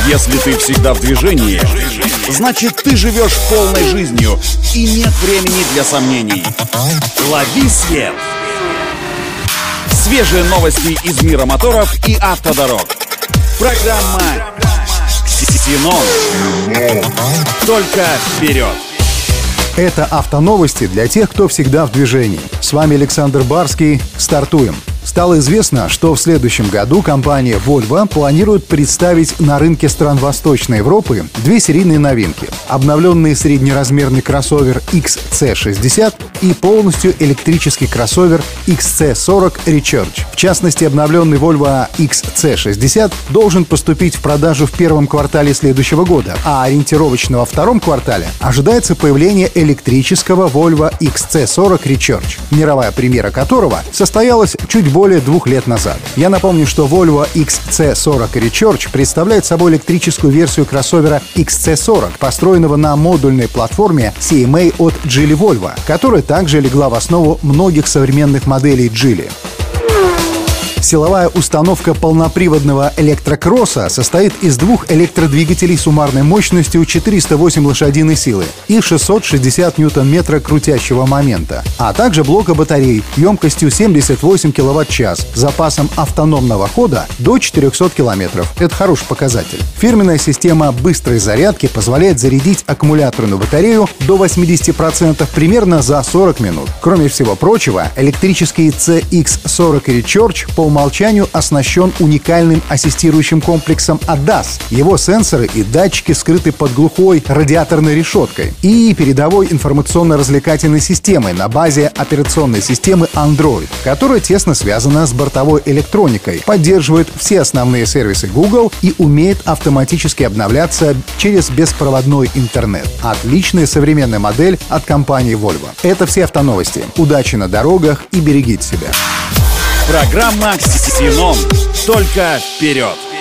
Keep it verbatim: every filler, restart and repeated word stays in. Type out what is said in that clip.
Если ты всегда в движении, значит, ты живешь полной жизнью и нет времени для сомнений. Лови свет! Свежие новости из мира моторов и автодорог. Программа «Ксенон». Только вперед! Это автоновости для тех, кто всегда в движении. С вами Александр Барский. Стартуем. Стало известно, что в следующем году компания Volvo планирует представить на рынке стран Восточной Европы две серийные новинки. Обновленный среднеразмерный кроссовер икс си шестьдесят и полностью электрический кроссовер икс си сорок Recharge. В частности, обновленный Volvo икс си шестьдесят должен поступить в продажу в первом квартале следующего года, а ориентировочно во втором квартале ожидается появление электрического Volvo икс си сорок Recharge, мировая премьера которого состоялась чуть более двух лет назад. Я напомню, что Volvo икс си сорок Recharge представляет собой электрическую версию кроссовера икс си сорок, построенного на модульной платформе си эм эй от Geely Volvo, которая также легла в основу многих современных моделей Geely. Силовая установка полноприводного электрокросса состоит из двух электродвигателей суммарной мощностью четыреста восемь лошадиной силы и шестьсот шестьдесят ньютон-метра крутящего момента, а также блока батарей емкостью семьдесят восемь киловатт-час, запасом автономного хода до четырехсот километров. Это хороший показатель. Фирменная система быстрой зарядки позволяет зарядить аккумуляторную батарею до восемьдесят процентов примерно за сорок минут. Кроме всего прочего, электрический си икс сорок Recharge по умолчанию оснащен уникальным ассистирующим комплексом эй ди эй эс. Его сенсоры и датчики скрыты под глухой радиаторной решеткой и передовой информационно-развлекательной системой на базе операционной системы Android, которая тесно связана с бортовой электроникой, поддерживает все основные сервисы Google и умеет автоматически обновляться через беспроводной интернет. Отличная современная модель от компании Volvo. Это все автоновости. Удачи на дорогах и берегите себя. Программа «Ксенон». Только вперед!